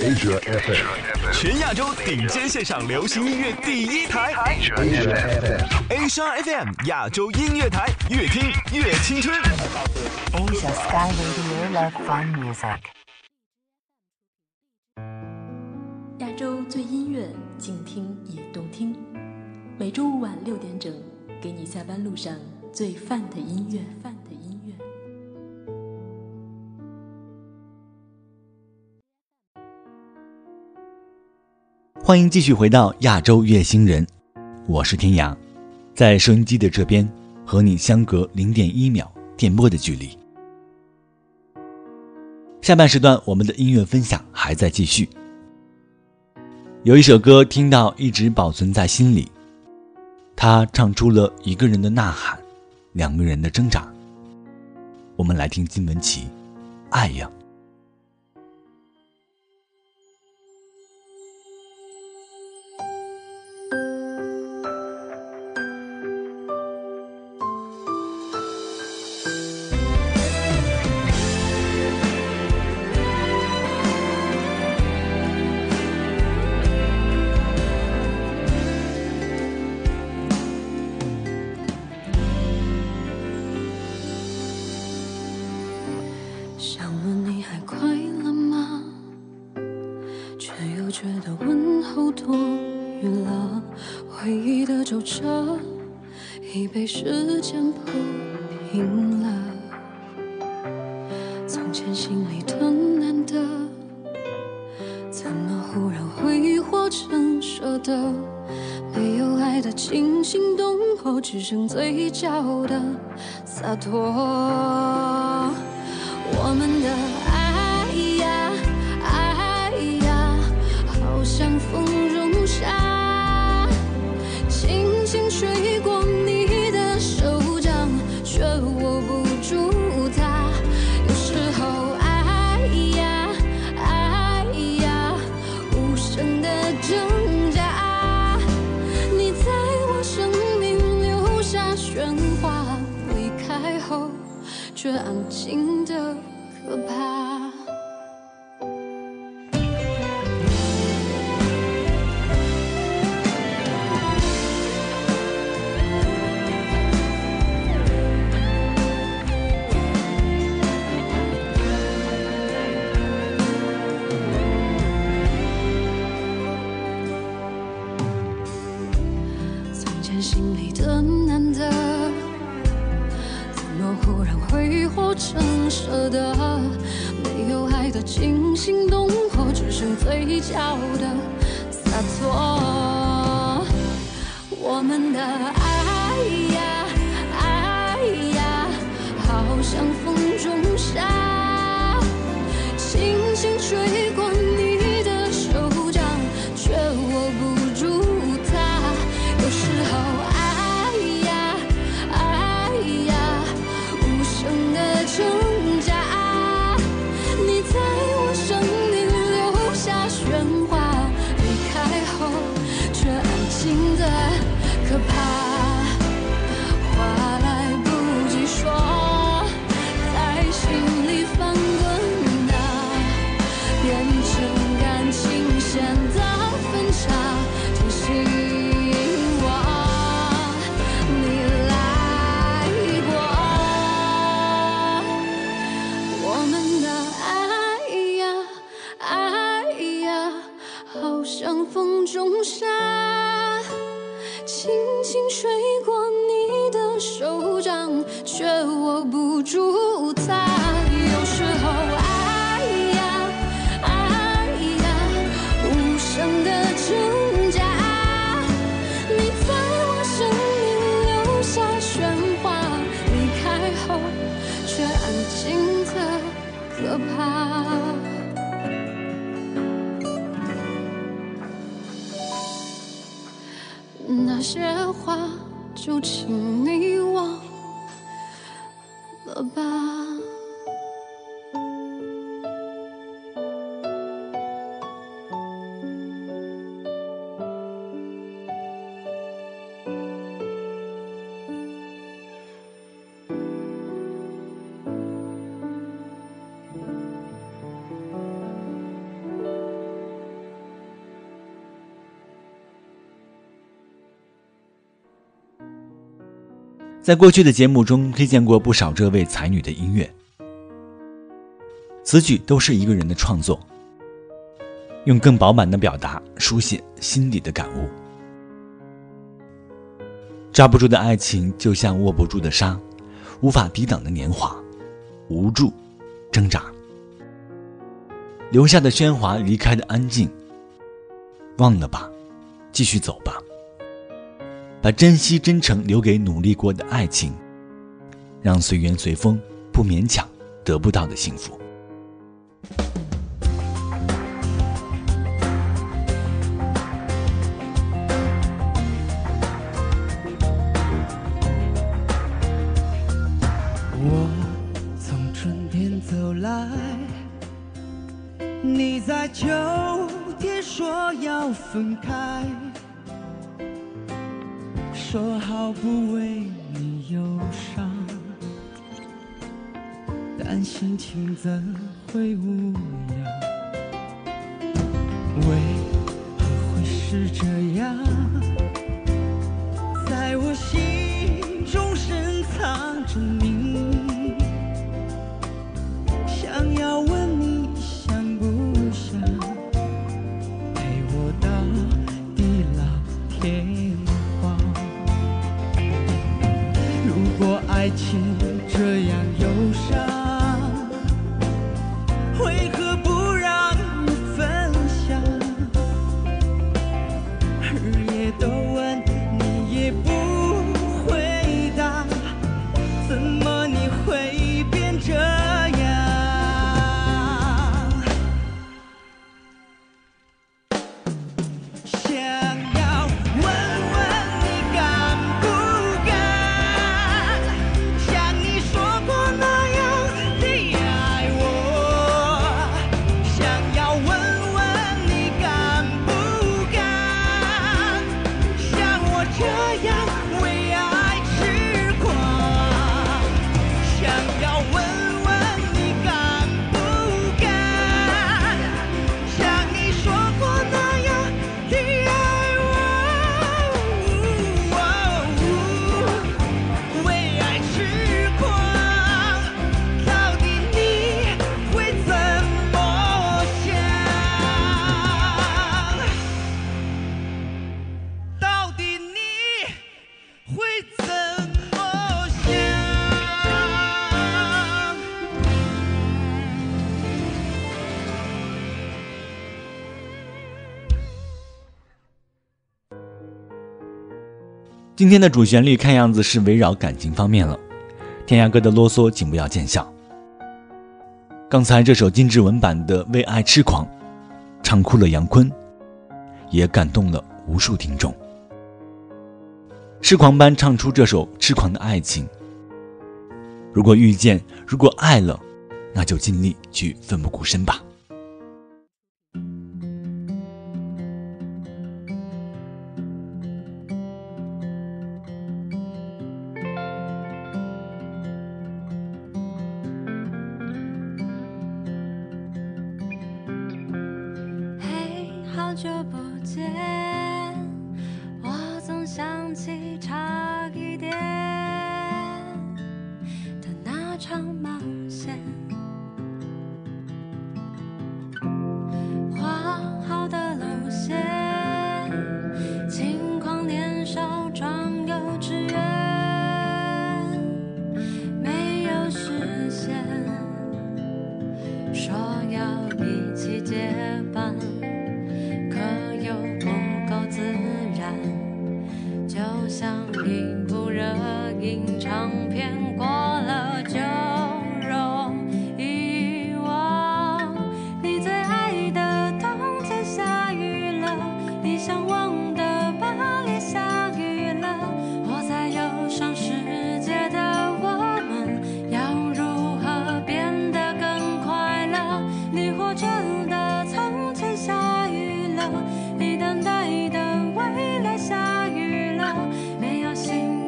Asia FM， 全亚洲顶尖线上流行音乐第一台 Asia FM 亚洲音乐台，越听越青春。 Asia Sky Radio Love Fun Music。 亚洲最音乐，静听也动听。每周五晚6点整，给你下班路上最范的音乐。 欢迎继续回到亚洲乐星人，我是天阳，在收音机的这边和你相隔0.1秒电波的距离。下半时段我们的音乐分享还在继续。有一首歌听到一直保存在心里，它唱出了一个人的呐喊，两个人的挣扎。我们来听金玟岐《爱呀》。 想问你还快乐吗？却又觉得问候多余了。回忆的皱褶已被时间铺平了。从前心里的难得，怎么忽然挥霍成舍得？没有爱的惊心动魄，只剩嘴角的洒脱。我们的爱呀爱呀，好像风中沙，轻轻吹过你的手掌，却握不住它。有时候爱呀爱呀，无声的挣扎，你在我生命留下喧哗，离开后却安静的可怕。从前心里的难得，怎么忽然挥霍成舍得？没有爱的惊心动魄，只剩嘴角的洒脱。我们的爱呀爱呀，好像风中沙，轻轻吹过你的手掌，却握不住它。有时候爱呀爱呀，无声的挣扎，你在我生命留下喧哗，离开后却安静的可怕。话来不及说，在心里翻滚啊，变成感情线的分岔，提醒我你来过。我们的爱呀爱呀，好像风中沙，轻轻吹过你的手掌，却握不住它。有时候爱呀爱呀，无声的挣扎，你在我生命留下喧哗，离开后却安静的可怕。那些话就请你忘了吧。 在过去的节目中推荐过不少这位才女的音乐，词曲都是一个人的创作，用更饱满的表达书写心底的感悟。抓不住的爱情就像握不住的沙，无法抵挡的年华，无助挣扎，留下的喧哗，离开的安静，忘了吧，继续走吧，把珍惜真诚留给努力过的爱情，让随缘随风，不勉强得不到的幸福。 我从春天走来，你在秋天说要分开，说好不为你忧伤，但心情怎会无恙？为何会是这样？在我心中深藏着你，想要问你想不想陪我到地老天荒？如果爱情这样忧伤，为何不让我分享？日夜都问你也不回答，怎么你会变这样？想要问问你敢不敢，像你说过那样的爱我？想要问问你敢不敢，像我这样为爱痴狂？想要问问你敢不敢，像你说过那样的爱我？为爱痴狂，到底你会怎么想？到底你会怎么想？ 今天的主旋律看样子是围绕感情方面了，天涯哥的啰嗦请不要见笑。刚才这首精致文版的《为爱痴狂》，唱哭了杨坤，也感动了无数听众。痴狂般唱出这首痴狂的爱情，如果遇见，如果爱了，那就尽力去奋不顾身吧。 嘿，好久不见，我总想起差一点的那场冒险。画好的路线，轻狂年少装幼稚园，没有实现，说要一起结伴，可又不够自然，就像一部热映长片，过了就容易忘。你最爱的冬天下雨了，你向往的巴黎下雨了，活在忧伤世界的我们，要如何变得更快乐？你活着的从前下雨了，你等待的未来下雨了，没有心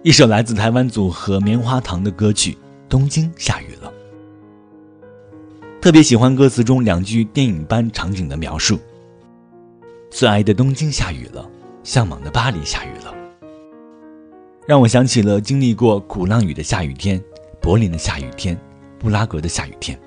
一首来自台湾组合棉花糖的歌曲《东京下雨了》。特别喜欢歌词中2句电影般场景的描述：最爱的东京下雨了，向往的巴黎下雨了，让我想起了经历过鼓浪屿的下雨天，柏林的下雨天，布拉格的下雨天。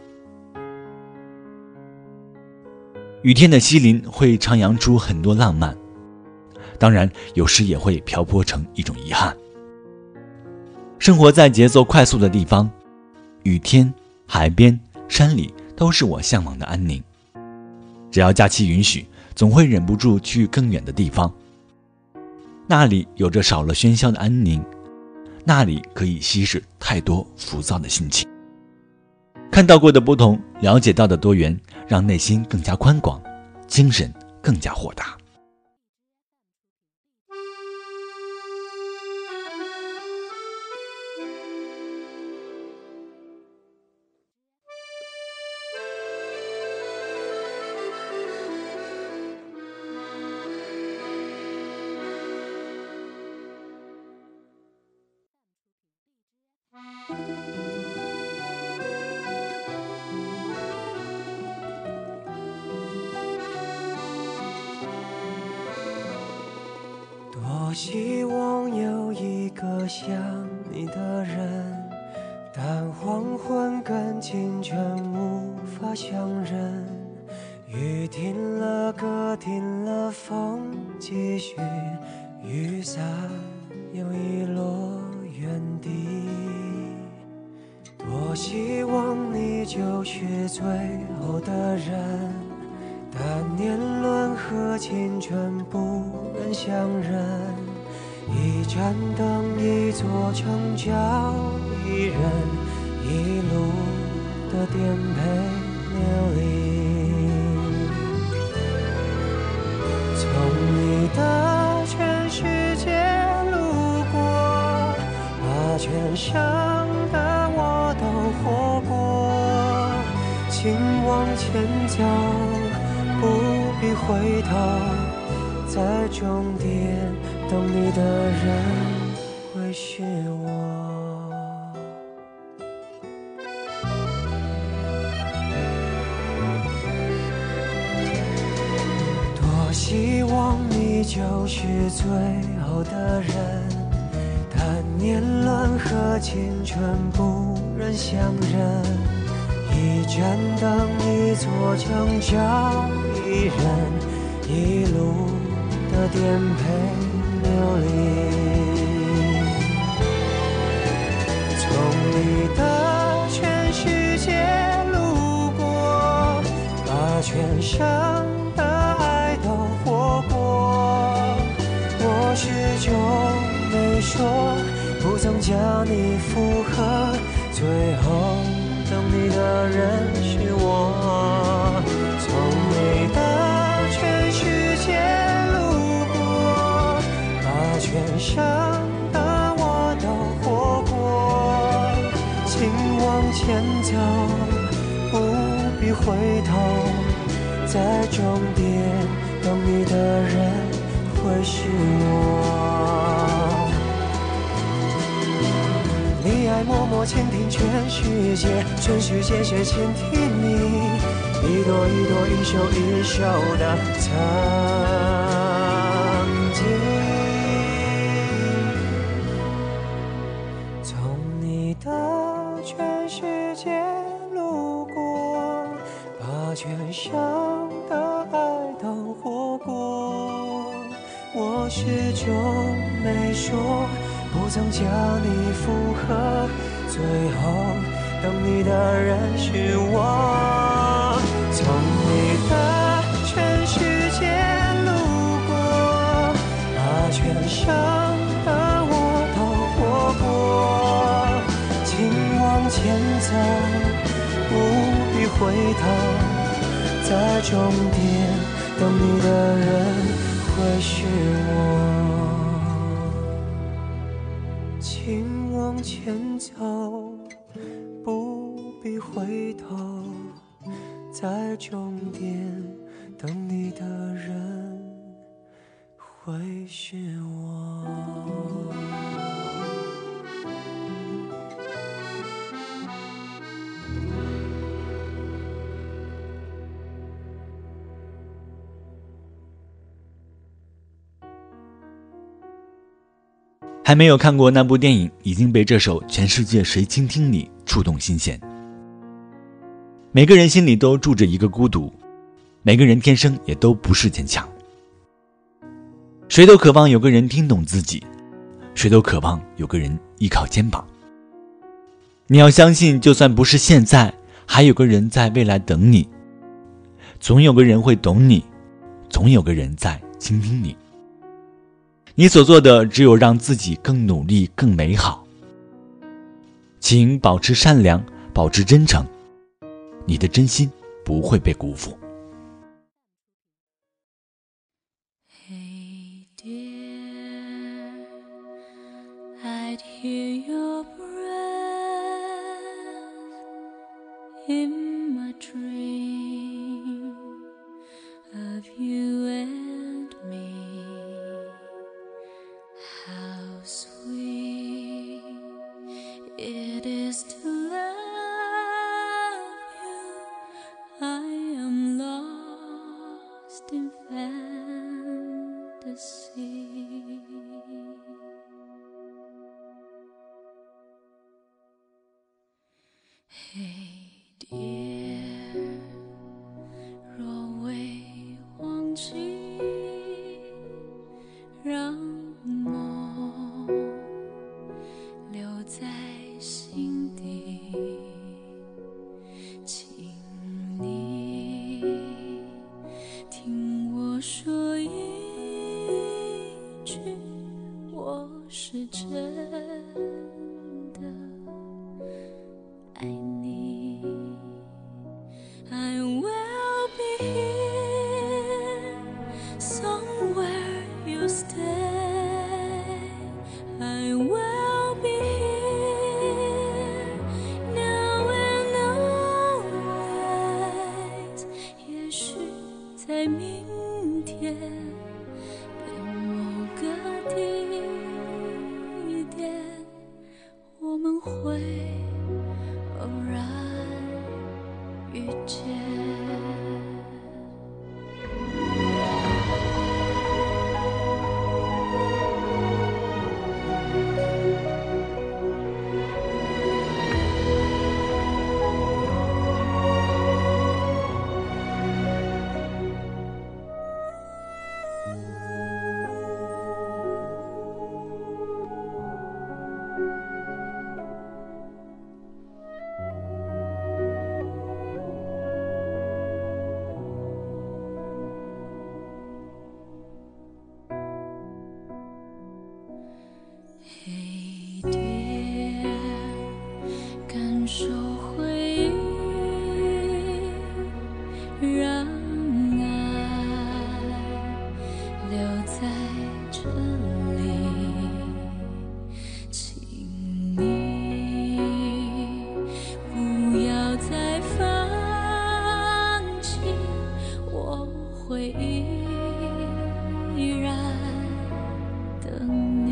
雨天的西林会徜徉出很多浪漫，当然有时也会漂泊成一种遗憾。生活在节奏快速的地方，雨天、海边、山里都是我向往的安宁。只要假期允许，总会忍不住去更远的地方。那里有着少了喧嚣的安宁，那里可以稀释太多浮躁的心情。看到过的不同，了解到的多元，让内心更加宽广，精神更加豁达。 多希望有一个像你的人，但黄昏跟清晨无法相认。雨停了，歌停了，风继续，雨伞又遗落原地。多希望你就是最后的人，但年轮和青春不忍相认。一盏灯，一座城堡，一人，一路的颠沛流离。从你的全世界路过，把全盛的我都活过。请往前走，不必回头，在终点等你的人会是我。多希望你就是最后的人，但年轮和青春不忍相认。一盏灯，一座城堡，一人，一路的颠沛流离。从你的全世界路过，把全盛的爱都活过。我始终没说，不曾将你附和，最后等你的人是我。从你的全世界路过，把全盛的我都活过。请往前走，不必回头，在终点等你的人会是我。你爱默默倾听全世界，全世界却倾听你，一朵一朵，一首一首的曾经。从你的全世界路过，把全盛的爱都活过。我始终没说，不曾将你附和，最后等你的人是我。从你的全世界路过，把全盛的我都活过。请往前走，不必回头，在终点等你的人会是我。请往前走，不必回头，在终点等你的人会是我。 还没有看过那部电影，已经被这首《全世界谁倾听你》触动心弦。每个人心里都住着一个孤独，每个人天生也都不是坚强。谁都渴望有个人听懂自己，谁都渴望有个人依靠肩膀。你要相信，就算不是现在，还有个人在未来等你。总有个人会懂你，总有个人在倾听你。你所做的只有让自己更努力，更美好。请保持善良，保持真诚，你的真心不会被辜负。 Hey dear, I'd hear your breath in my dream of you and me. How sweet it is to love you. I am lost in fantasy. Hey dear, 若未忘记，让梦留在心底，请你听我说一句，我是真的爱你。I will be here somewhere you stay. I will be here now and always. 也许在明天的某个地点，我们会偶然遇见。Hey dear， 感受回忆，让爱留在这里，请你不要再放弃，我会依然等你。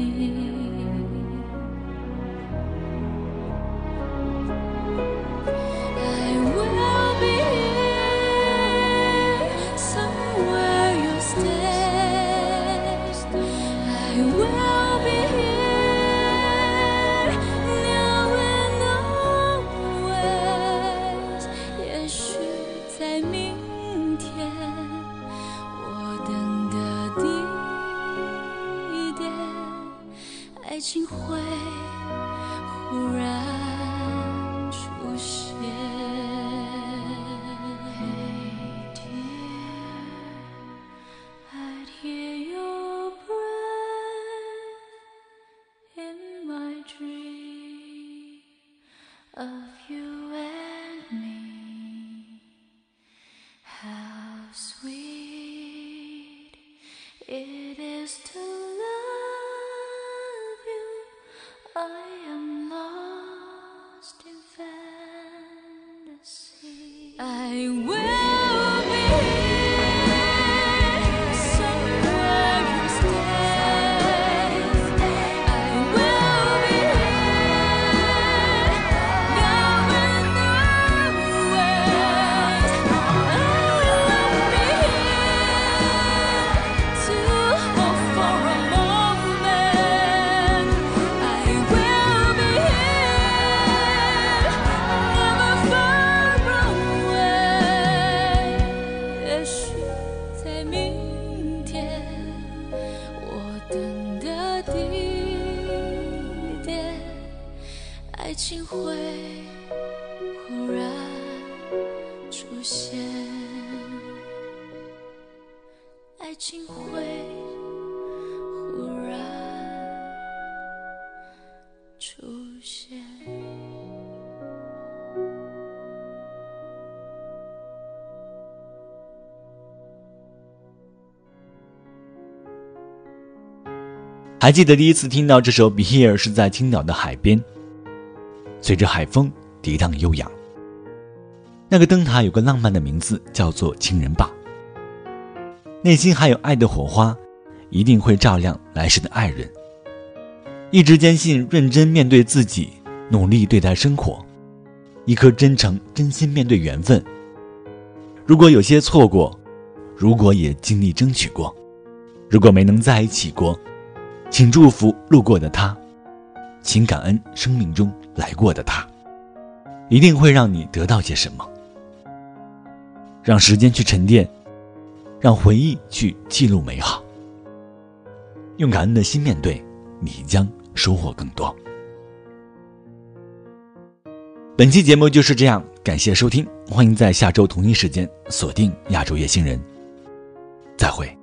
爱情会忽然出现。Hey dear, I'd hear your breath in my dream of you and me. How sweet it is to love you. I am lost in fantasy. I will be somewhere you stay. I will be now and always. I will be to hope for. 我等的地点，爱情会忽然出现，爱情会忽然出现。 还记得第一次听到这首 Be Here 是在青岛的海边，随着海风涤荡悠扬。那个灯塔有个浪漫的名字，叫做情人坝。内心还有爱的火花，一定会照亮来世的爱人。一直坚信认真面对自己，努力对待生活，一颗真诚真心面对缘分。如果有些错过，如果也尽力争取过，如果没能在一起过，请祝福路过的他，请感恩生命中来过的他，一定会让你得到些什么。让时间去沉淀，让回忆去记录美好，用感恩的心面对，你将收获更多。本期节目就是这样，感谢收听，欢迎在下周同一时间锁定亚洲夜星人，再会。